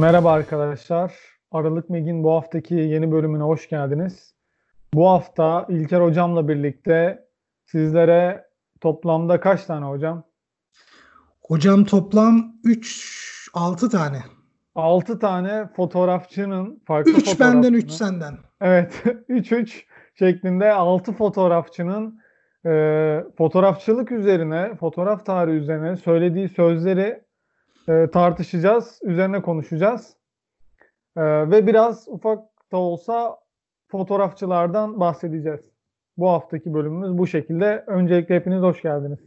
Merhaba arkadaşlar. Aralık Meg'in bu haftaki yeni bölümüne hoş geldiniz. Bu hafta İlker hocamla birlikte sizlere toplamda kaç tane hocam? Hocam toplam 6 tane. 6 tane fotoğrafçının, farklı 3 benden 3 fotoğrafçının, senden. evet, 3-3 şeklinde 6 fotoğrafçının fotoğrafçılık üzerine, fotoğraf tarihi üzerine söylediği sözleri tartışacağız, üzerine konuşacağız. Ve biraz ufak da olsa fotoğrafçılardan bahsedeceğiz. Bu haftaki bölümümüz bu şekilde. Öncelikle hepiniz hoş geldiniz.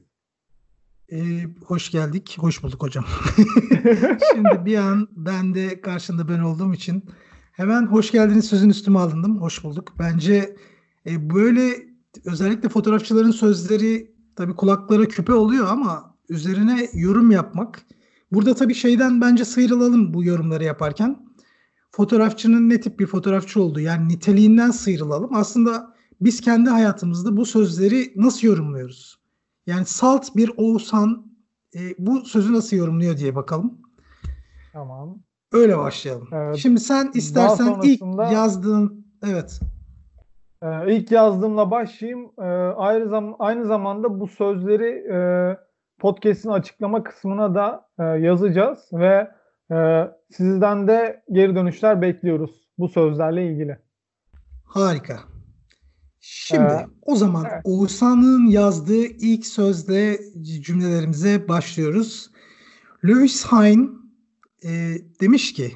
Hoş geldik. Hoş bulduk hocam. Şimdi bir an ben de karşında ben olduğum için hemen hoş geldiniz sözün üstüme alındım. Hoş bulduk. Bence böyle özellikle fotoğrafçıların sözleri tabii kulaklara küpe oluyor ama üzerine yorum yapmak. Burada tabii şeyden bence sıyrılalım bu yorumları yaparken. Fotoğrafçının ne tip bir fotoğrafçı olduğu yani niteliğinden sıyrılalım. Aslında biz kendi hayatımızda bu sözleri nasıl yorumluyoruz? Yani salt bir Oğuzhan bu sözü nasıl yorumluyor diye bakalım. Tamam. Öyle başlayalım. Ee, Şimdi sen Daha istersen ilk sonrasında yazdığın evet. ilk yazdığımla başlayayım. Aynı zamanda bu sözleri podcast'in açıklama kısmına da yazacağız ve sizden de geri dönüşler bekliyoruz bu sözlerle ilgili. Harika. Şimdi Ee, o zaman evet. Oğuzhan'ın yazdığı ilk sözle cümlelerimize başlıyoruz. Lewis Hine demiş ki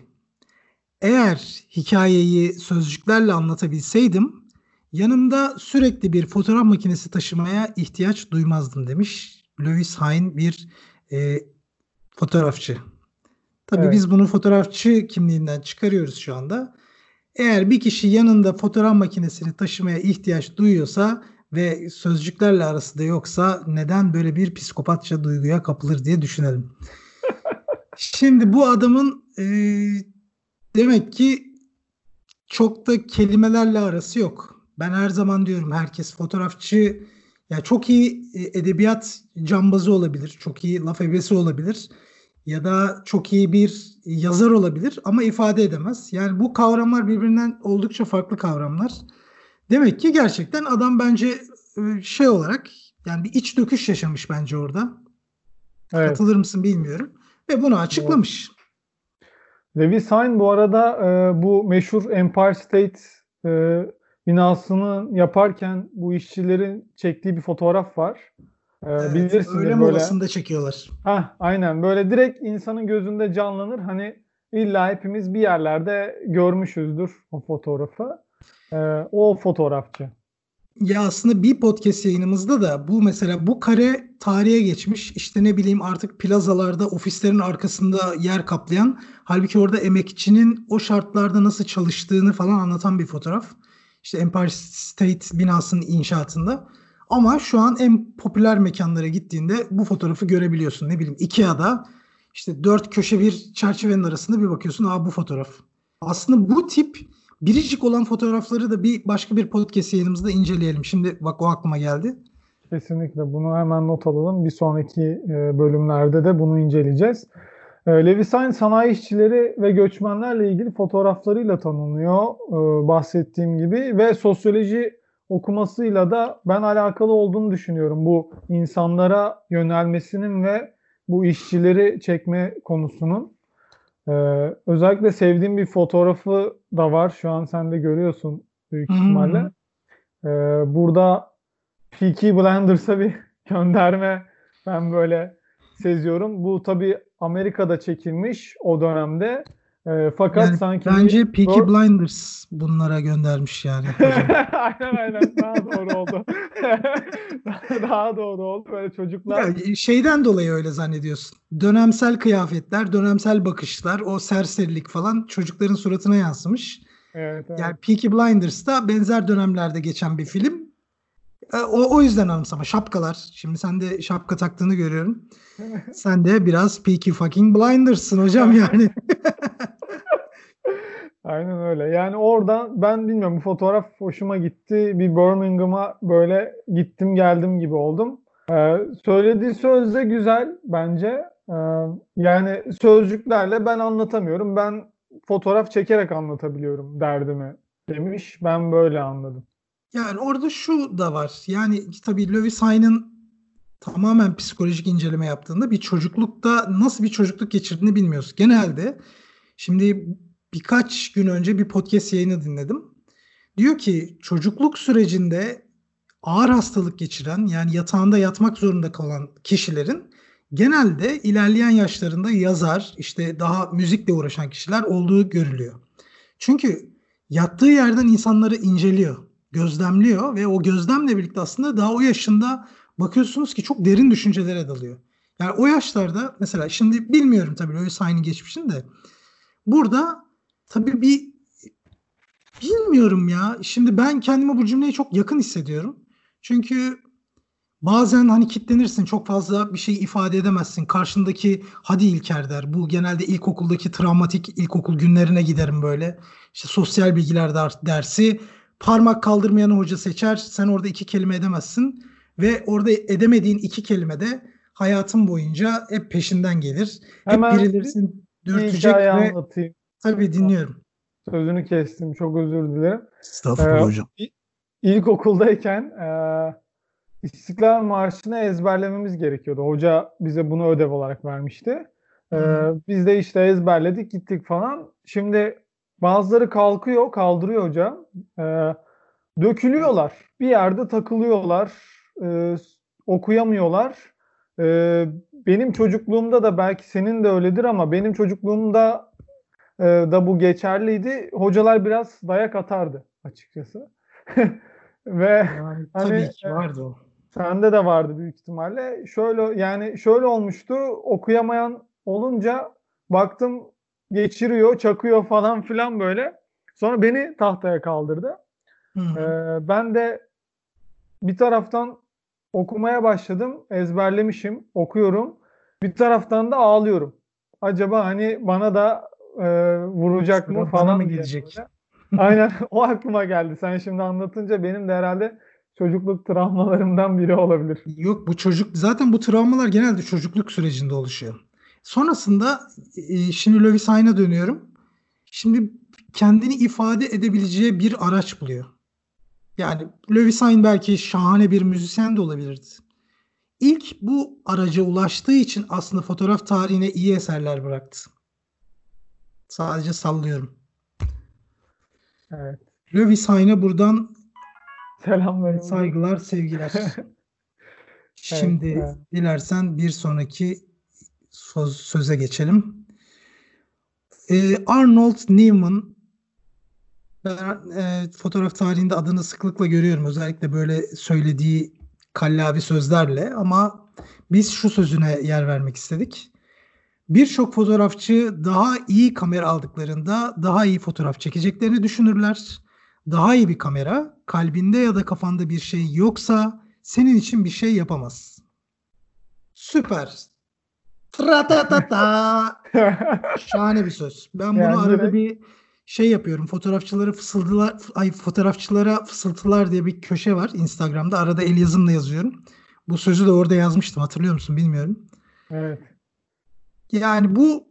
eğer hikayeyi sözcüklerle anlatabilseydim, yanımda sürekli bir fotoğraf makinesi taşımaya ihtiyaç duymazdım demiş. Lewis Hine bir e, fotoğrafçı. Tabii Evet. biz bunu fotoğrafçı kimliğinden çıkarıyoruz şu anda. Eğer bir kişi yanında fotoğraf makinesini taşımaya ihtiyaç duyuyorsa ve sözcüklerle arası da yoksa neden böyle bir psikopatça duyguya kapılır diye düşünelim. Şimdi bu adamın demek ki çok da kelimelerle arası yok. Ben her zaman diyorum herkes fotoğrafçı ya çok iyi edebiyat cambazı olabilir, çok iyi laf ebesi olabilir ya da çok iyi bir yazar olabilir ama ifade edemez. Yani bu kavramlar birbirinden oldukça farklı kavramlar. Demek ki gerçekten adam bence şey olarak yani bir iç döküş yaşamış bence orada. Evet. Katılır mısın bilmiyorum ve bunu Doğru. açıklamış. Levi Sain bu arada bu meşhur Empire State binasını yaparken bu işçilerin çektiği bir fotoğraf var. Evet, öğle Bilirsindir böyle. molasında çekiyorlar. Aynen böyle direkt insanın gözünde canlanır. Hani illa hepimiz bir yerlerde görmüşüzdür o fotoğrafı. E, O fotoğrafçı. Ya aslında bir podcast yayınımızda da bu mesela bu kare tarihe geçmiş. İşte ne bileyim artık plazalarda ofislerin arkasında yer kaplayan. Halbuki orada emekçinin o şartlarda nasıl çalıştığını falan anlatan bir fotoğraf. İşte Empire State binasının inşaatında. Ama şu an en popüler mekanlara gittiğinde bu fotoğrafı görebiliyorsun. Ne bileyim IKEA'da işte dört köşe bir çerçevenin arasında bir bakıyorsun. Aa bu fotoğraf. Aslında bu tip biricik olan fotoğrafları da bir başka bir podcast yayınımızda inceleyelim. Şimdi bak o aklıma geldi. Kesinlikle bunu hemen not alalım. Bir sonraki bölümlerde de bunu inceleyeceğiz. Levi Sain sanayi işçileri ve göçmenlerle ilgili fotoğraflarıyla tanınıyor, bahsettiğim gibi ve sosyoloji okumasıyla da ben alakalı olduğunu düşünüyorum. Bu insanlara yönelmesinin ve bu işçileri çekme konusunun. Özellikle sevdiğim bir fotoğrafı da var. Şu an sen de görüyorsun büyük Hı ihtimalle. hı. Ee, Burada Peaky Blinders'a bir gönderme ben böyle seziyorum. Bu tabii Amerika'da çekilmiş o dönemde. Fakat Yani sanki bir bence Peaky Blinders bunlara göndermiş yani hocam. aynen daha doğru oldu. Daha doğru oldu. Böyle çocuklar. Ya şeyden dolayı öyle zannediyorsun. Dönemsel kıyafetler, dönemsel bakışlar, o serserilik falan çocukların suratına yansımış. Evet, Yani evet. Peaky Blinders da benzer dönemlerde geçen bir film. O yüzden anımsama. Şapkalar. Şimdi sen de şapka taktığını görüyorum. Sen de biraz Peaky fucking Blinders'ın hocam yani. Aynen öyle. Yani oradan ben bilmiyorum bu fotoğraf hoşuma gitti. Bir Birmingham'a böyle gittim geldim gibi oldum. Söylediği söz de güzel bence. Ee, Yani sözcüklerle ben anlatamıyorum. Ben fotoğraf çekerek anlatabiliyorum derdimi demiş. Ben böyle anladım. Yani orada şu da var. Yani tabii Lewis Hine'ın tamamen psikolojik inceleme yaptığında bir çocuklukta nasıl bir çocukluk geçirdiğini bilmiyoruz. Genelde şimdi birkaç gün önce bir podcast yayını dinledim. Diyor ki çocukluk sürecinde ağır hastalık geçiren yani yatağında yatmak zorunda kalan kişilerin genelde ilerleyen yaşlarında yazar, işte daha müzikle uğraşan kişiler olduğu görülüyor. Çünkü yattığı yerden insanları inceliyor, gözlemliyor ve o gözlemle birlikte aslında daha o yaşında bakıyorsunuz ki çok derin düşüncelere dalıyor. Yani o yaşlarda mesela şimdi bilmiyorum tabii Lewis Hine'in geçmişini de burada tabii bilmiyorum ya. Şimdi ben kendime bu cümleye çok yakın hissediyorum. Çünkü bazen hani kitlenirsin, çok fazla bir şey ifade edemezsin. Karşındaki hadi İlker der. Bu genelde ilkokuldaki travmatik ilkokul günlerine giderim böyle. İşte sosyal bilgiler dersi. Parmak kaldırmayan hoca seçer. Sen orada iki kelime edemezsin. Ve orada edemediğin iki kelime de hayatın boyunca hep peşinden gelir. Hep Hemen birileri seni bir hikaye dürtecek ve anlatayım. tabii dinliyorum. Sözünü kestim. Çok özür dilerim. Estağfurullah hocam. İlkokuldayken İstiklal Marşı'nı ezberlememiz gerekiyordu. Hoca bize bunu ödev olarak vermişti. Biz de işte ezberledik, gittik falan. Şimdi bazıları kalkıyor, kaldırıyor hoca. Dökülüyorlar. Bir yerde takılıyorlar. Ee, Okuyamıyorlar. Benim çocukluğumda da belki senin de öyledir ama benim çocukluğumda da bu geçerliydi. Hocalar biraz dayak atardı açıkçası. Ve Yani hani tabii ki vardı o. sende de vardı büyük ihtimalle. Şöyle yani şöyle olmuştu. Okuyamayan olunca baktım geçiriyor, çakıyor falan filan böyle. Sonra beni tahtaya kaldırdı. Hı hı. Ben de bir taraftan okumaya başladım. Ezberlemişim, okuyorum. Bir taraftan da ağlıyorum. Acaba hani bana da vuracak mı Sıra bana mı falan diye gelecek? böyle. Aynen o aklıma geldi. Sen şimdi anlatınca benim de herhalde çocukluk travmalarımdan biri olabilir. Yok, bu çocuk zaten bu travmalar genelde çocukluk sürecinde oluşuyor. Sonrasında şimdi Lewis Hine'a dönüyorum. Şimdi kendini ifade edebileceği bir araç buluyor. Yani Lewis Hine belki şahane bir müzisyen de olabilirdi. İlk bu araca ulaştığı için aslında fotoğraf tarihine iyi eserler bıraktı. Sadece sallıyorum. Evet. Lewis Hine'a buradan Selamlarımızı. saygılar, sevgiler. Evet, Şimdi evet. dilersen bir sonraki söze geçelim. Arnold Newman, ben fotoğraf tarihinde adını sıklıkla görüyorum. Özellikle böyle söylediği kallavi sözlerle ama biz şu sözüne yer vermek istedik. Birçok fotoğrafçı daha iyi kamera aldıklarında daha iyi fotoğraf çekeceklerini düşünürler. Daha iyi bir kamera, kalbinde ya da kafanda bir şey yoksa senin için bir şey yapamaz. Süper. Tratatata. Şahane bir söz. Ben bunu Yani arada direkt bir şey yapıyorum. Fotoğrafçılara fısıltılar diye bir köşe var Instagram'da. Arada el yazımla yazıyorum. Bu sözü de orada yazmıştım. Hatırlıyor musun bilmiyorum. evet. Yani bu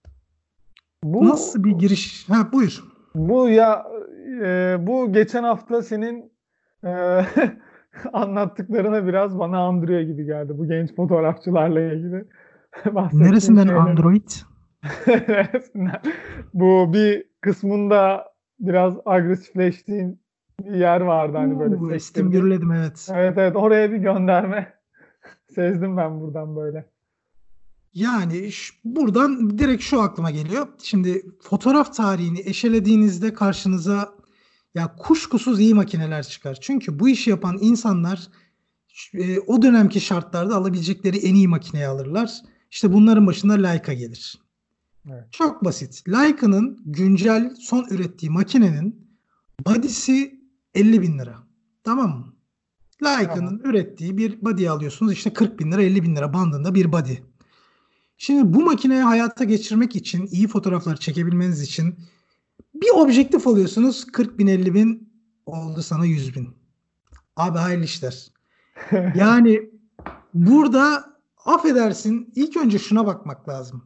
Bu nasıl bir giriş? Ha, buyur. bu ya bu geçen hafta senin e, anlattıklarına biraz bana andırıyor gibi geldi. Bu genç fotoğrafçılarla ilgili bahsettiğin Neresinden şeyler. Android? Neresinden? Bu bir kısmında biraz agresifleştiğin bir yer vardı hani böyle Estim sektirdiğin. gürledim, evet. Evet evet oraya bir gönderme sezdim ben buradan böyle. Yani buradan direkt şu aklıma geliyor. Şimdi fotoğraf tarihini eşelediğinizde karşınıza ya kuşkusuz iyi makineler çıkar. Çünkü bu işi yapan insanlar o dönemki şartlarda alabilecekleri en iyi makineyi alırlar. İşte bunların başında Leica gelir. Evet. Çok basit. Leica'nın güncel son ürettiği makinenin body'si 50 bin lira. Tamam mı? Tamam. Leica'nın ürettiği bir body alıyorsunuz. İşte 40 bin lira 50 bin lira bandında bir body. Şimdi bu makineyi hayata geçirmek için, iyi fotoğraflar çekebilmeniz için bir objektif alıyorsunuz. 40 bin 50 bin oldu sana 100 bin. Abi hayırlı işler. Yani burada affedersin, ilk önce şuna bakmak lazım.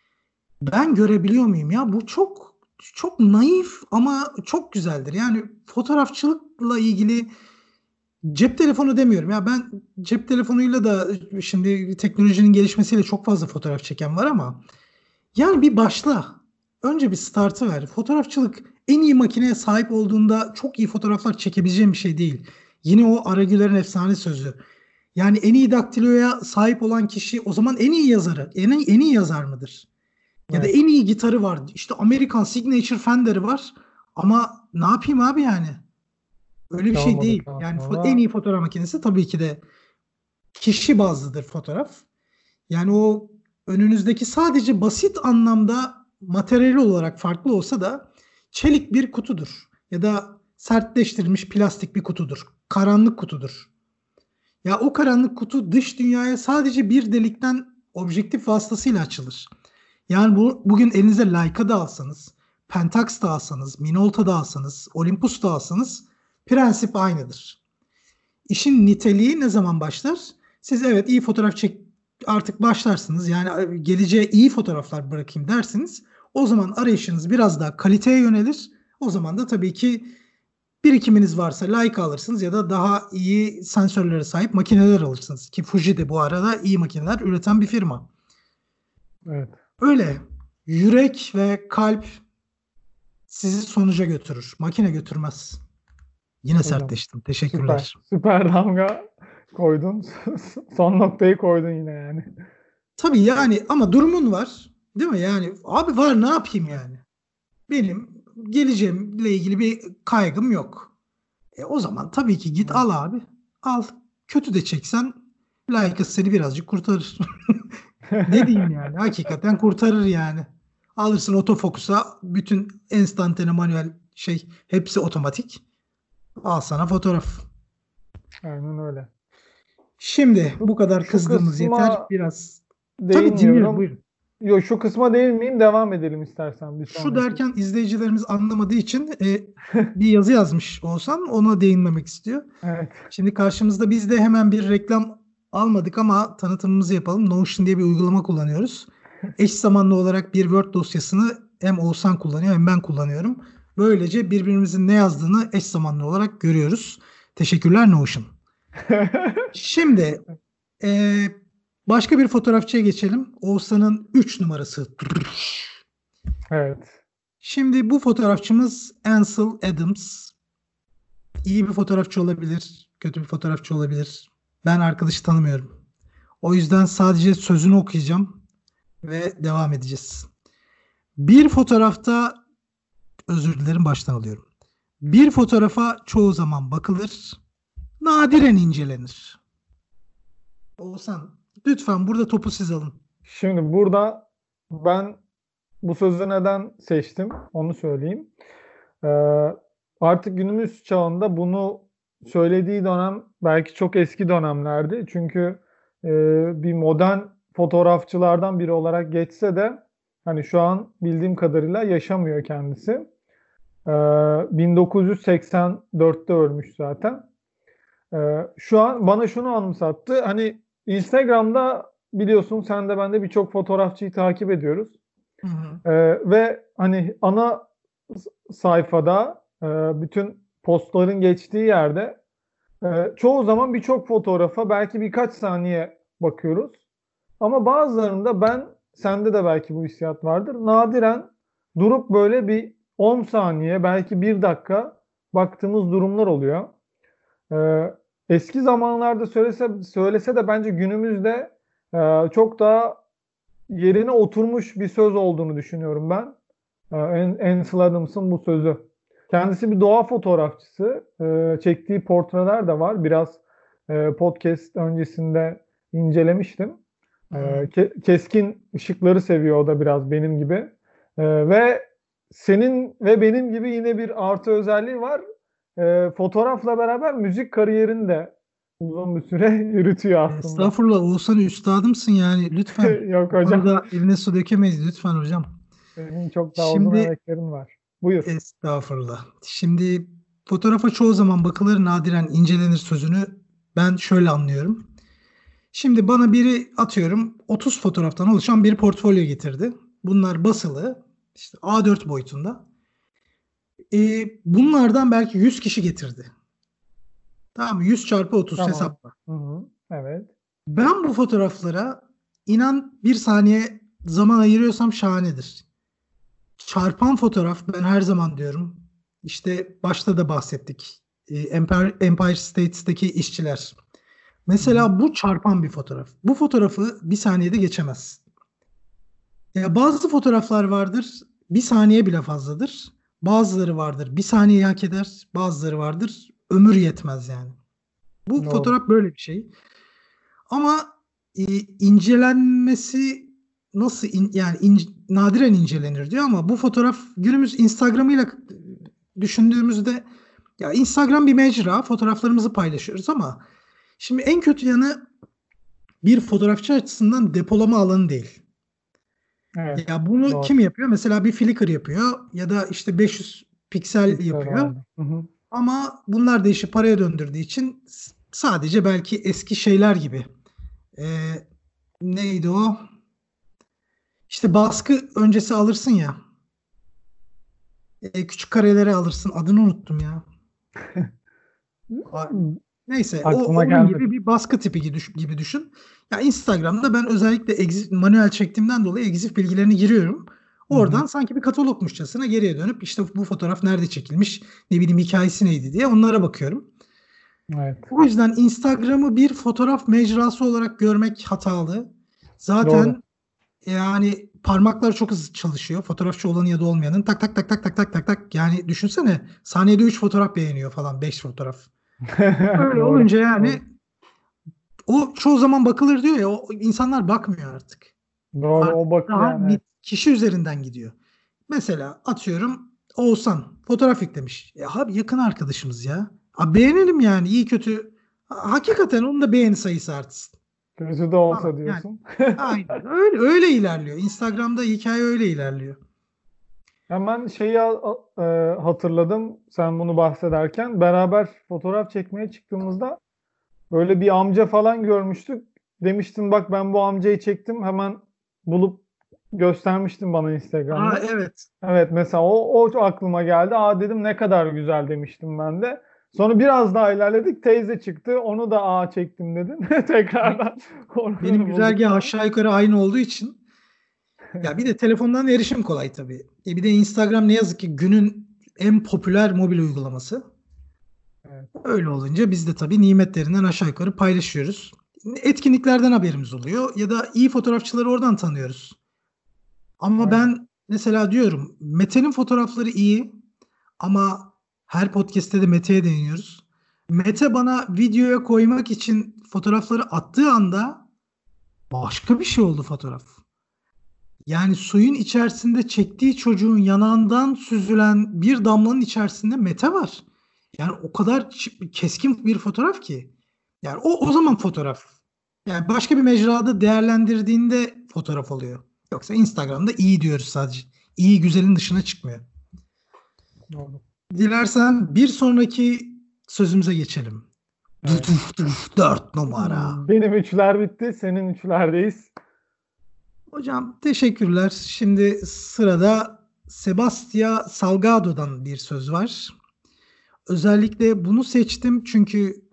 Ben görebiliyor muyum ya? Bu çok çok naif ama çok güzeldir. Yani fotoğrafçılıkla ilgili cep telefonu demiyorum. Ya ben cep telefonuyla da şimdi teknolojinin gelişmesiyle çok fazla fotoğraf çeken var ama yani bir başla. Önce bir startı ver. Fotoğrafçılık en iyi makineye sahip olduğunda çok iyi fotoğraflar çekebileceğim bir şey değil. Yine o Aragüler'in efsane sözü. Yani en iyi daktiloya sahip olan kişi o zaman en iyi yazarı, en iyi yazar mıdır? Ya da Evet. en iyi gitarı var. İşte American Signature Fender'i var. Ama ne yapayım abi yani? Öyle bir şey değil. Çalmadıktan Yani en sonra iyi fotoğraf makinesi tabii ki de kişi bazlıdır fotoğraf. Yani o önünüzdeki sadece basit anlamda materyal olarak farklı olsa da çelik bir kutudur. Ya da sertleştirilmiş plastik bir kutudur. Karanlık kutudur. Ya o karanlık kutu dış dünyaya sadece bir delikten objektif vasıtasıyla açılır. Yani bugün elinize Leica da alsanız, Pentax da alsanız, Minolta da alsanız, Olympus da alsanız prensip aynıdır. İşin niteliği ne zaman başlar? Siz evet iyi fotoğraf çek artık başlarsınız. Yani geleceğe iyi fotoğraflar bırakayım dersiniz. O zaman arayışınız biraz daha kaliteye yönelir. O zaman da tabii ki birikiminiz varsa Leica alırsınız ya da daha iyi sensörlere sahip makineler alırsınız. Ki Fuji de bu arada iyi makineler üreten bir firma. evet. Öyle yürek ve kalp sizi sonuca götürür. Makine götürmez. Yine Hocam sertleştim. süper. Teşekkürler. Süper damga koydun. Son noktayı koydun yine yani. Tabii yani ama durumun var. Değil mi? Yani abi var ne yapayım yani? Benim geleceğimle ilgili bir kaygım yok. O zaman tabii ki git Evet. al abi. Al. Kötü de çeksen Leica seni birazcık kurtarır. Ne diyeyim yani? Hakikaten kurtarır yani. Alırsın otofokusa bütün enstantane manuel hepsi otomatik. Al sana fotoğraf. Aynen öyle. Şimdi bu kadar Şu kızdığımız yeter. kısma Biraz tabii dinliyorum değinmiyorum. buyurun. Yok şu kısma değinmeyeyim. Devam edelim istersen bir Şu sonraki. derken izleyicilerimiz anlamadığı için bir yazı yazmış olsan ona değinmemek istiyor. Evet. Şimdi karşımızda biz de hemen bir reklam almadık ama tanıtımımızı yapalım. Notion diye bir uygulama kullanıyoruz. Eş zamanlı olarak bir Word dosyasını hem Oğuzhan kullanıyor hem ben kullanıyorum. Böylece birbirimizin ne yazdığını eş zamanlı olarak görüyoruz. Teşekkürler Notion. Şimdi e, başka bir fotoğrafçıya geçelim. Oğuzhan'ın 3 numarası. Evet. Şimdi bu fotoğrafçımız Ansel Adams. İyi bir fotoğrafçı olabilir, kötü bir fotoğrafçı olabilir. Ben arkadaşı tanımıyorum. O yüzden sadece sözünü okuyacağım ve devam edeceğiz. Bir fotoğrafta, özür dilerim baştan alıyorum. Bir fotoğrafa çoğu zaman bakılır, nadiren incelenir. Oğuzhan, lütfen burada topu siz alın. Şimdi burada ben bu sözü neden seçtim onu söyleyeyim. Ee, Artık günümüz çağında bunu söylediği dönem belki çok eski dönemlerdi. Çünkü bir modern fotoğrafçılardan biri olarak geçse de hani şu an bildiğim kadarıyla yaşamıyor kendisi. 1984'te ölmüş zaten. Şu an bana şunu anımsattı. Hani Instagram'da biliyorsun sen de ben de birçok fotoğrafçıyı takip ediyoruz. Hı hı. Ve hani ana sayfada bütün postların geçtiği yerde çoğu zaman birçok fotoğrafa belki birkaç saniye bakıyoruz. Ama bazılarında ben, sende de belki bu hissiyat vardır. Nadiren durup böyle bir 10 saniye belki 1 dakika baktığımız durumlar oluyor. Eski zamanlarda söylese de bence günümüzde çok daha yerine oturmuş bir söz olduğunu düşünüyorum ben. Ansel Adams'ın bu sözü. Kendisi bir doğa fotoğrafçısı. Çektiği portreler de var. Biraz podcast öncesinde incelemiştim. Keskin ışıkları seviyor o da biraz benim gibi. Ve senin ve benim gibi yine bir artı özelliği var. Fotoğrafla beraber müzik kariyerini de uzun bir süre yürütüyor aslında. Estağfurullah Oğuzhan üstadımsın yani lütfen. Yok Bu hocam. konuda eline su dökemeyiz lütfen hocam. Senin çok daha uzun Şimdi emeklerin var. Buyur. estağfurullah. Şimdi fotoğrafa çoğu zaman bakılır, nadiren incelenir sözünü ben şöyle anlıyorum. Şimdi bana biri atıyorum 30 fotoğraftan oluşan bir portfolyo getirdi. Bunlar basılı, işte A4 boyutunda. Bunlardan belki 100 kişi getirdi. Tamam mı? 100 çarpı 30 Tamam. hesapla. Hı hı. Evet. Ben bu fotoğraflara inan bir saniye zaman ayırıyorsam şahanedir. Çarpan fotoğraf ben her zaman diyorum. İşte başta da bahsettik. Empire State'teki işçiler. Hı hı. Mesela bu çarpan bir fotoğraf. Bu fotoğrafı bir saniyede geçemez. Ya bazı fotoğraflar vardır bir saniye bile fazladır. Bazıları vardır bir saniye hak eder. Bazıları vardır ömür yetmez yani. Bu Doğru. fotoğraf böyle bir şey. Ama incelenmesi nasıl yani nadiren incelenir diyor ama bu fotoğraf günümüz Instagram'ıyla düşündüğümüzde ya Instagram bir mecra, fotoğraflarımızı paylaşıyoruz ama şimdi en kötü yanı bir fotoğrafçı açısından depolama alanı değil. Evet. Ya bunu Doğru. kim yapıyor? Mesela bir Flickr yapıyor ya da işte 500 piksel Pixar yapıyor. vardı. Hı hı. Ama bunlar da işi paraya döndürdüğü için sadece belki eski şeyler gibi. Ee, neydi o? İşte baskı öncesi alırsın ya. Küçük kareleri alırsın. Adını unuttum ya. A- Neyse o Aklıma onun gelmedi. gibi bir baskı tipi gibi düşün. Ya Instagram'da ben özellikle manuel çektiğimden dolayı exif bilgilerini giriyorum. Hı hı. Oradan sanki bir katalogmuşçasına geriye dönüp işte bu fotoğraf nerede çekilmiş, ne bileyim hikayesi neydi diye onlara bakıyorum. Evet. O yüzden Instagram'ı bir fotoğraf mecrası olarak görmek hatalı. Doğru. Zaten yani parmaklar çok hızlı çalışıyor. Fotoğrafçı olanı ya da olmayanın tak tak tak tak tak tak tak tak. Yani düşünsene saniyede 3 fotoğraf beğeniyor falan 5 fotoğraf. Öyle Doğru. olunca Doğru. yani o çoğu zaman bakılır diyor ya o insanlar bakmıyor artık. Doğru. Artık O bak daha yani. Evet. kişi üzerinden gidiyor. Mesela atıyorum Oğuzhan fotoğraf yüklemiş. Ya abi yakın arkadaşımız ya. Abi beğenelim yani iyi kötü. Hakikaten onun da beğeni sayısı artsın. Kötü de Falan. olsa Yani diyorsun. aynen öyle ilerliyor. Instagram'da hikaye öyle ilerliyor. Hemen şeyi hatırladım sen bunu bahsederken. Beraber fotoğraf çekmeye çıktığımızda böyle bir amca falan görmüştük. Demiştin bak ben bu amcayı çektim. Hemen bulup göstermiştin bana Aa Instagram'da. evet. Evet mesela o aklıma geldi. Aa dedim ne kadar güzel demiştim ben de. Sonra biraz daha ilerledik. Teyze çıktı. Onu da çektim dedin. Tekrardan Benim onu bulduk güzergah falan. aşağı yukarı aynı olduğu için ya bir de telefondan erişim kolay tabii. Bir de Instagram ne yazık ki günün en popüler mobil uygulaması. Evet. Öyle olunca biz de tabii nimetlerinden aşağı yukarı paylaşıyoruz. Etkinliklerden haberimiz oluyor ya da iyi fotoğrafçıları oradan tanıyoruz. Ama Aynen. ben mesela diyorum Mete'nin fotoğrafları iyi ama her podcast'te de Mete'ye değiniyoruz. Mete bana videoya koymak için fotoğrafları attığı anda başka bir şey oldu fotoğraf. Yani suyun içerisinde çektiği çocuğun yanağından süzülen bir damlanın içerisinde Mete var. Yani o kadar keskin bir fotoğraf ki. Yani o zaman fotoğraf. Yani başka bir mecrada değerlendirdiğinde fotoğraf oluyor. Yoksa Instagram'da iyi diyoruz sadece. İyi güzelin dışına çıkmıyor. Doğru. Dilersen bir sonraki sözümüze geçelim. Evet. 4 numara. Benim üçler bitti. Senin üçlerdeyiz. Hocam teşekkürler. Şimdi sırada Sebastian Salgado'dan bir söz var. Özellikle bunu seçtim çünkü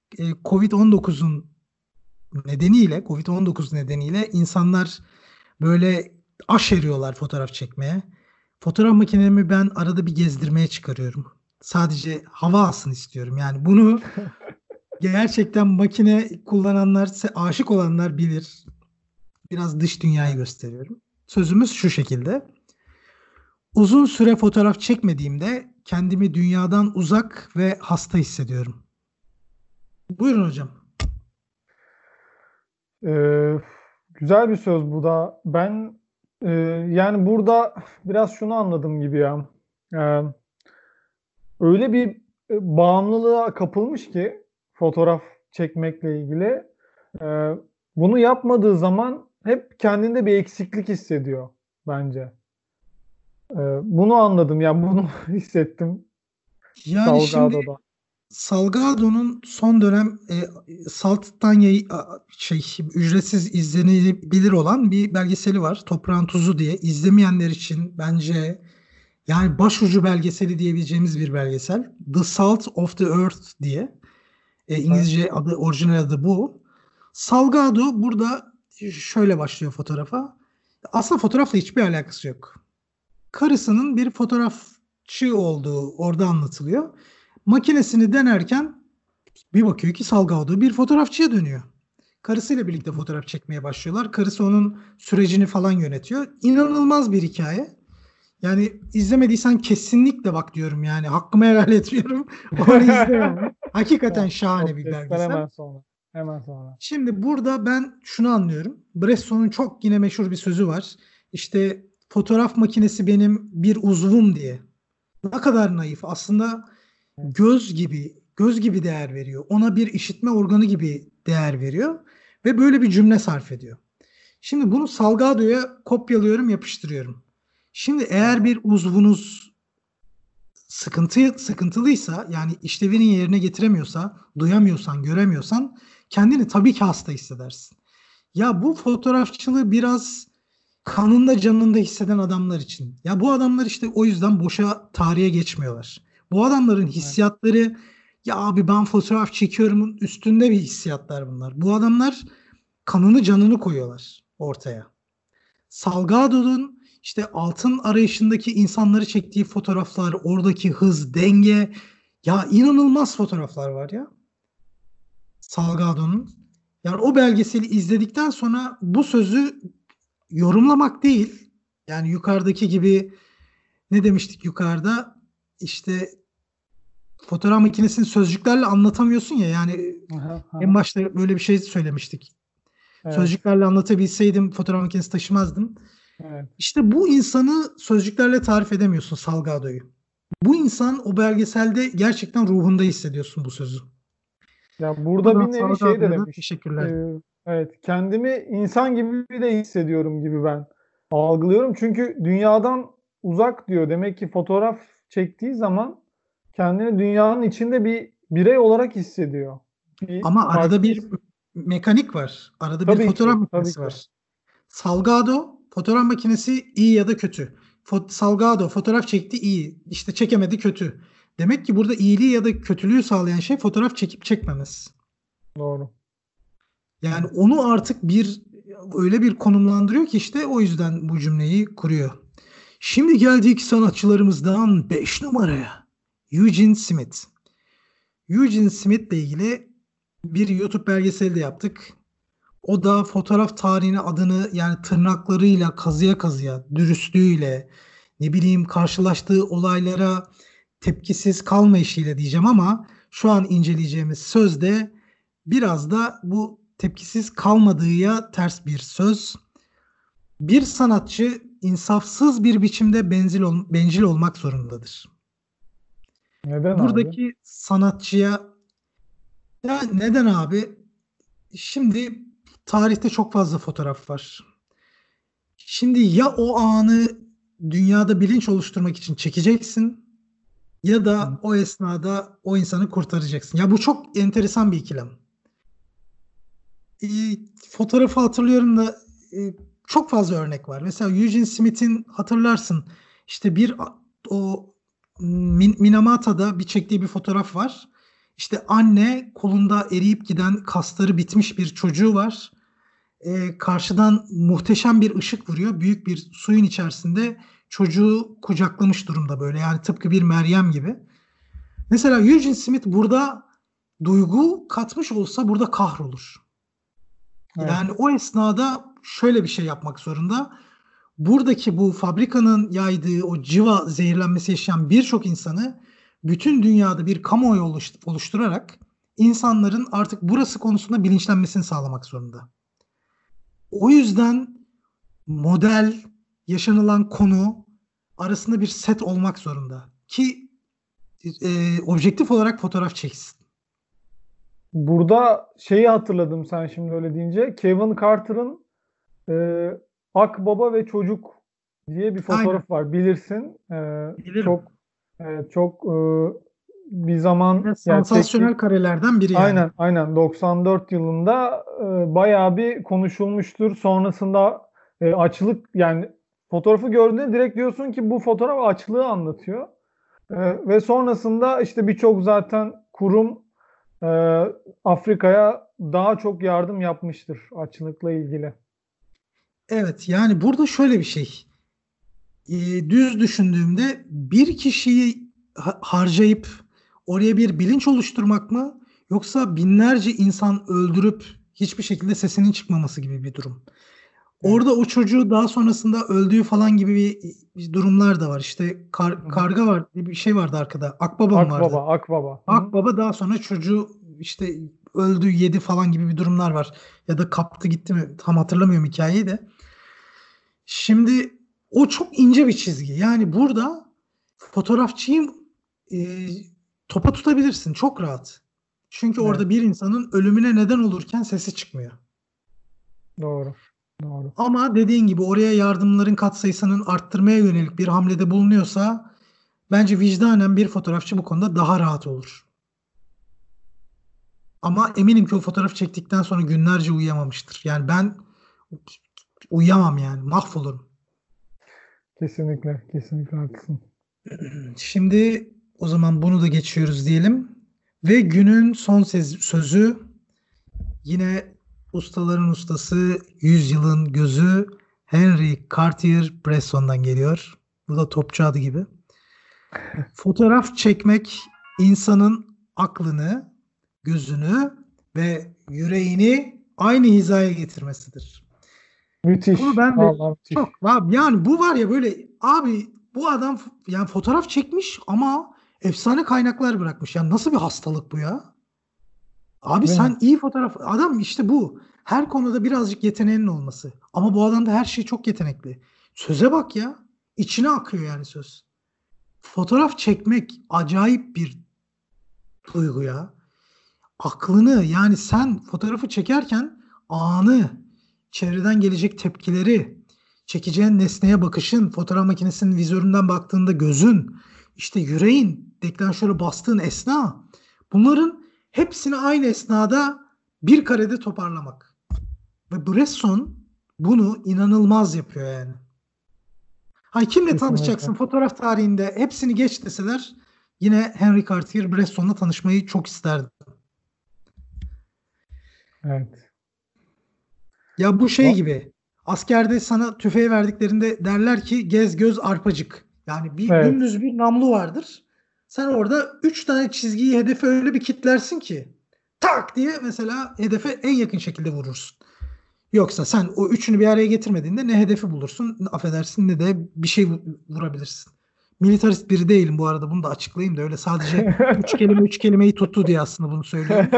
Covid-19 nedeniyle insanlar böyle aşeriyorlar fotoğraf çekmeye. Fotoğraf makinemi ben arada bir gezdirmeye çıkarıyorum. Sadece hava alsın istiyorum. Yani bunu gerçekten makine kullananlar, aşık olanlar bilir. Biraz dış dünyayı Evet. gösteriyorum. Sözümüz şu şekilde. Uzun süre fotoğraf çekmediğimde kendimi dünyadan uzak ve hasta hissediyorum. Buyurun hocam. Ee, güzel bir söz bu da. Ben yani burada biraz şunu anladım gibi ya. Ee, öyle bir bağımlılığa kapılmış ki fotoğraf çekmekle ilgili. Ee, bunu yapmadığı zaman hep kendinde bir eksiklik hissediyor bence. Bunu anladım yani bunu hissettim Yani şimdi Salgado'da. Salgado'nun son dönem Salt'tan ücretsiz izlenebilir olan bir belgeseli var. Toprağın Tuzu diye. İzlemeyenler için bence yani başucu belgeseli diyebileceğimiz bir belgesel. The Salt of the Earth diye. Evet. İngilizce adı, orijinal adı bu. Salgado burada şöyle başlıyor fotoğrafa. Aslında fotoğrafla hiçbir alakası yok. Karısının bir fotoğrafçı olduğu orada anlatılıyor. Makinesini denerken bir bakıyor ki Salgado bir fotoğrafçıya dönüyor. Karısıyla birlikte fotoğraf çekmeye başlıyorlar. Karısı onun sürecini falan yönetiyor. İnanılmaz bir hikaye. Yani izlemediysen kesinlikle bak diyorum yani. Hakkımı helal etmiyorum. Onu izle. Hakikaten Tamam. şahane bir Podcast'ten belgesel. hemen sonra. Hemen sonra. Şimdi burada ben şunu anlıyorum. Bresson'un çok yine meşhur bir sözü var. İşte fotoğraf makinesi benim bir uzvum diye. Ne kadar naif. Aslında Evet. göz gibi değer veriyor. Ona bir işitme organı gibi değer veriyor ve böyle bir cümle sarf ediyor. Şimdi bunu Salgado'ya kopyalıyorum, yapıştırıyorum. Şimdi eğer bir uzvunuz sıkıntılıysa, yani işlevini yerine getiremiyorsa, duyamıyorsan, göremiyorsan kendini tabii ki hasta hissedersin. Ya bu fotoğrafçılığı biraz kanında canında hisseden adamlar için. Ya bu adamlar işte o yüzden boşa tarihe geçmiyorlar. Bu adamların Evet. hissiyatları, ya abi ben fotoğraf çekiyorumun üstünde bir hissiyatlar bunlar. Bu adamlar kanını canını koyuyorlar ortaya. Salgado'nun işte altın arayışındaki insanları çektiği fotoğraflar, oradaki hız, denge, ya inanılmaz fotoğraflar var ya Salgado'nun. Yani o belgeseli izledikten sonra bu sözü yorumlamak değil. Yani yukarıdaki gibi ne demiştik yukarıda? İşte fotoğraf makinesini sözcüklerle anlatamıyorsun ya. Yani Aha, en aha. başta böyle bir şey söylemiştik. Evet. Sözcüklerle anlatabilseydim fotoğraf makinesi taşımazdım. Evet. İşte bu insanı sözcüklerle tarif edemiyorsun Salgado'yu. Bu insan o belgeselde gerçekten ruhunda hissediyorsun bu sözü. Ya burada Buradan bir nevi şey de Salgado'ya da demiş. teşekkürler. Evet, kendimi insan gibi de hissediyorum gibi ben algılıyorum. Çünkü dünyadan uzak diyor. Demek ki fotoğraf çektiği zaman kendini dünyanın içinde bir birey olarak hissediyor. Bir Ama arada farklı bir mekanik var. Arada bir tabii fotoğraf ki, tabii makinesi ki. var. Salgado fotoğraf makinesi iyi ya da kötü. Salgado fotoğraf çekti iyi. İşte çekemedi kötü. Demek ki burada iyiliği ya da kötülüğü sağlayan şey fotoğraf çekip çekmemesi. Doğru. Yani onu artık öyle bir konumlandırıyor ki işte o yüzden bu cümleyi kuruyor. Şimdi geldik sanatçılarımızdan 5 numaraya. Eugene Smith. Eugene Smith ile ilgili bir YouTube belgeseli de yaptık. O da fotoğraf tarihine adını yani tırnaklarıyla kazıya kazıya, dürüstlüğüyle, ne bileyim karşılaştığı olaylara tepkisiz kalmayışıyla diyeceğim ama şu an inceleyeceğimiz sözde biraz da bu tepkisiz kalmadığıya ters bir söz. Bir sanatçı insafsız bir biçimde bencil olmak zorundadır. Neden abi? Buradaki sanatçıya ya neden abi? Şimdi tarihte çok fazla fotoğraf var. Şimdi ya o anı dünyada bilinç oluşturmak için çekeceksin ya Hı. da o esnada o insanı kurtaracaksın. Ya bu çok enteresan bir ikilem. E, Fotoğrafı hatırlıyorum da çok fazla örnek var. Mesela Eugene Smith'in hatırlarsın işte o Minamata'da bir çektiği bir fotoğraf var. İşte anne kolunda eriyip giden kasları bitmiş bir çocuğu var. Karşıdan muhteşem bir ışık vuruyor. Büyük bir suyun içerisinde çocuğu kucaklamış durumda böyle. Yani tıpkı bir Meryem gibi. Mesela Eugene Smith burada duygu katmış olsa burada kahrolur. Evet. Yani o esnada şöyle bir şey yapmak zorunda. Buradaki bu fabrikanın yaydığı o civa zehirlenmesi yaşayan birçok insanı bütün dünyada bir kamuoyu oluşturarak insanların artık burası konusunda bilinçlenmesini sağlamak zorunda. O yüzden model, yaşanılan konu arasında bir set olmak zorunda ki objektif olarak fotoğraf çeksin. Burada şeyi hatırladım sen şimdi öyle deyince. Kevin Carter'ın e, Akbaba ve Çocuk diye bir Aynen. fotoğraf var. Bilirsin. Bilirim. Çok çok bir zaman Ve sansasyonel karelerden biri yani. Aynen 94 yılında bayağı bir konuşulmuştur. Sonrasında açlık, yani fotoğrafı gördüğünde direkt diyorsun ki bu fotoğraf açlığı anlatıyor. Ve sonrasında işte birçok zaten kurum e, Afrika'ya daha çok yardım yapmıştır açlıkla ilgili. Evet, yani burada şöyle bir şey. Düz düşündüğümde bir kişiyi harcayıp oraya bir bilinç oluşturmak mı, yoksa binlerce insan öldürüp hiçbir şekilde sesinin çıkmaması gibi bir durum. Evet. Orada o çocuğu daha sonrasında öldüğü falan gibi bir durumlar da var. İşte karga var, bir şey vardı arkada. Akbaba mı vardı? Akbaba. Hı hı. Akbaba daha sonra çocuğu işte öldü, yedi falan gibi bir durumlar var. Ya da kaptı gitti mi? Tam hatırlamıyorum hikayeyi de. Şimdi o çok ince bir çizgi. Yani burada fotoğrafçıyı e, topa tutabilirsin çok rahat. Çünkü Evet, orada bir insanın ölümüne neden olurken sesi çıkmıyor. doğru. Doğru. Ama dediğin gibi oraya yardımların katsayısının arttırmaya yönelik bir hamlede bulunuyorsa bence vicdanen bir fotoğrafçı bu konuda daha rahat olur. Ama eminim ki o fotoğraf çektikten sonra günlerce uyuyamamıştır. Yani ben uyuyamam yani, mahvolurum. Kesinlikle haklısın. Şimdi o zaman bunu da geçiyoruz diyelim. Ve günün son sözü yine ustaların ustası, yüzyılın gözü Henry Cartier-Bresson'dan geliyor. Bu da topçu adı gibi. Fotoğraf çekmek insanın aklını, gözünü ve yüreğini aynı hizaya getirmesidir. Bunu Müthiş. ben de Vallahi müthiş. çok yani bu var ya böyle abi, bu adam yani fotoğraf çekmiş ama efsane kaynaklar bırakmış. Yani nasıl bir hastalık bu ya? Abi Değil mi? sen iyi fotoğraf adam, işte bu. Her konuda birazcık yeteneğinin olması. Ama bu adam da her şey çok yetenekli. Söze bak ya. İçine akıyor yani söz. Fotoğraf çekmek acayip bir duygu ya. Aklını, yani sen fotoğrafı çekerken anı, çevreden gelecek tepkileri, çekeceğin nesneye bakışın, fotoğraf makinesinin vizöründen baktığında gözün, işte yüreğin, deklanşöre bastığın esna, bunların hepsini aynı esnada bir karede toparlamak. Ve Bresson bunu inanılmaz yapıyor yani. Hay kimle Kesinlikle. tanışacaksın fotoğraf tarihinde, hepsini geç deseler yine Henry Cartier-Bresson'la tanışmayı çok isterdim. Evet. Ya bu şey gibi. Askerde sana tüfeği verdiklerinde derler ki gez göz arpacık. Yani bir Evet. dümdüz bir namlu vardır. Sen orada 3 tane çizgiyi hedefe öyle bir kitlersin ki tak diye mesela hedefe en yakın şekilde vurursun. Yoksa sen o üçünü bir araya getirmediğinde ne hedefi bulursun, affedersin, ne de bir şey vurabilirsin. Militarist biri değilim bu arada, bunu da açıklayayım da, öyle sadece üç kelimeyi tuttu diye aslında bunu söylüyorum.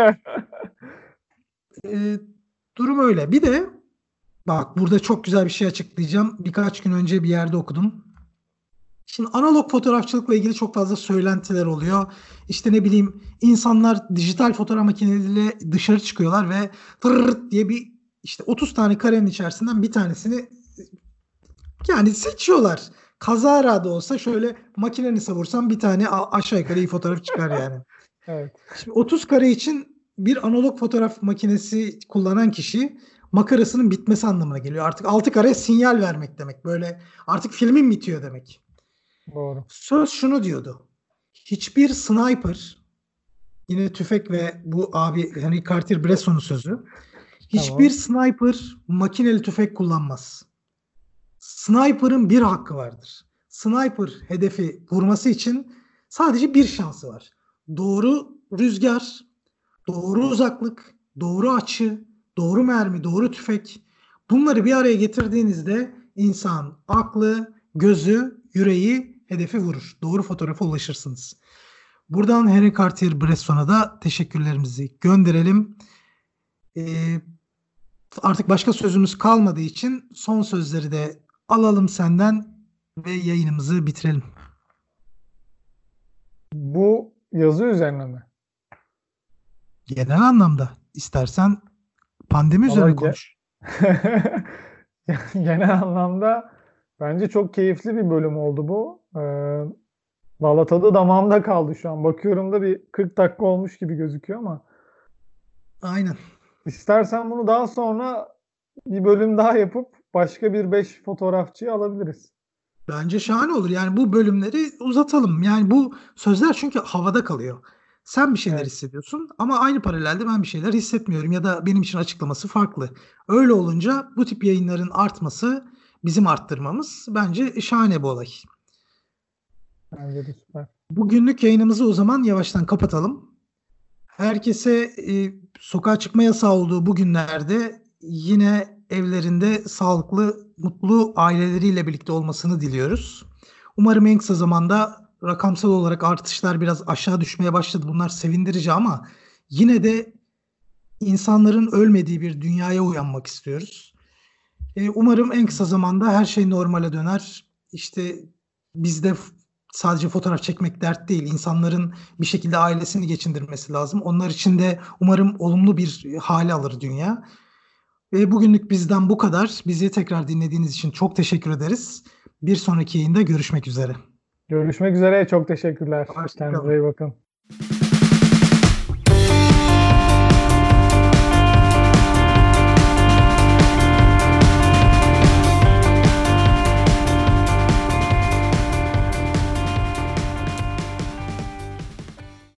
Ee, Durum öyle. Bir de bak, burada çok güzel bir şey açıklayacağım. Birkaç gün önce bir yerde okudum. Şimdi analog fotoğrafçılıkla ilgili çok fazla söylentiler oluyor. İşte ne bileyim, insanlar dijital fotoğraf makineleriyle dışarı çıkıyorlar ve tırırt diye bir işte 30 tane karenin içerisinden bir tanesini yani seçiyorlar. Kazara da olsa şöyle makineni savursan bir tane aşağı yukarı iyi fotoğraf çıkar yani. Evet. Şimdi 30 kare için bir analog fotoğraf makinesi kullanan kişi makarasının bitmesi anlamına geliyor. Artık 6 kare sinyal vermek demek. Böyle artık filmin bitiyor demek. Doğru. Söz şunu diyordu. Hiçbir sniper, yine tüfek ve bu abi Henry Cartier-Bresson'un sözü. Hiçbir Tamam. sniper makineli tüfek kullanmaz. Sniper'ın bir hakkı vardır. Sniper hedefi vurması için sadece bir şansı var. Doğru rüzgar, doğru uzaklık, doğru açı, doğru mermi, doğru tüfek. Bunları bir araya getirdiğinizde insan aklı, gözü, yüreği hedefi vurur. Doğru fotoğrafa ulaşırsınız. Buradan Henry Cartier-Bresson'a da teşekkürlerimizi gönderelim. Ee, Artık başka sözümüz kalmadığı için son sözleri de alalım senden ve yayınımızı bitirelim. Bu yazı üzerine mi? Genel anlamda istersen pandemi Valla üzerine konuş. genel anlamda bence çok keyifli bir bölüm oldu bu. Valla tadı damağımda kaldı şu an. Bakıyorum da bir 40 dakika olmuş gibi gözüküyor ama Aynen. istersen bunu daha sonra bir bölüm daha yapıp başka bir 5 fotoğrafçıyı alabiliriz. Bence şahane olur. Yani bu bölümleri uzatalım. Yani bu sözler çünkü havada kalıyor. Sen bir şeyler Evet. hissediyorsun ama aynı paralelde ben bir şeyler hissetmiyorum ya da benim için açıklaması farklı. Öyle olunca bu tip yayınların artması, bizim arttırmamız bence şahane bir olay. Bence de süper. Bugünlük yayınımızı o zaman yavaştan kapatalım. Herkese sokağa çıkma yasağı olduğu bu günlerde yine evlerinde sağlıklı, mutlu aileleriyle birlikte olmasını diliyoruz. Umarım en kısa zamanda rakamsal olarak artışlar biraz aşağı düşmeye başladı. Bunlar sevindirici ama yine de insanların ölmediği bir dünyaya uyanmak istiyoruz. Umarım en kısa zamanda her şey normale döner. İşte bizde sadece fotoğraf çekmek dert değil. İnsanların bir şekilde ailesini geçindirmesi lazım. Onlar için de umarım olumlu bir hale alır dünya. Ve bugünlük bizden bu kadar. Bizi tekrar dinlediğiniz için çok teşekkür ederiz. Bir sonraki yayında görüşmek üzere. Görüşmek üzere. Çok teşekkürler. Hoşça Kendinize kalın. iyi bakın.